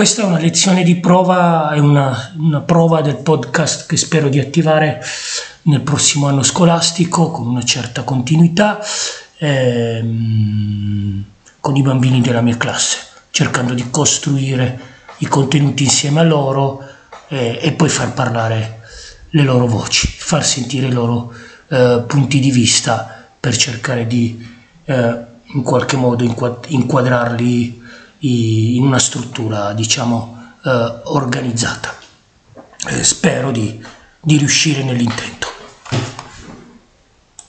Questa è una lezione di prova, è una prova del podcast che spero di attivare nel prossimo anno scolastico con una certa continuità con i bambini della mia classe, cercando di costruire i contenuti insieme a loro e poi far parlare le loro voci, far sentire i loro punti di vista per cercare di in qualche modo inquadrarli in una struttura, diciamo, organizzata. Spero di riuscire nell'intento.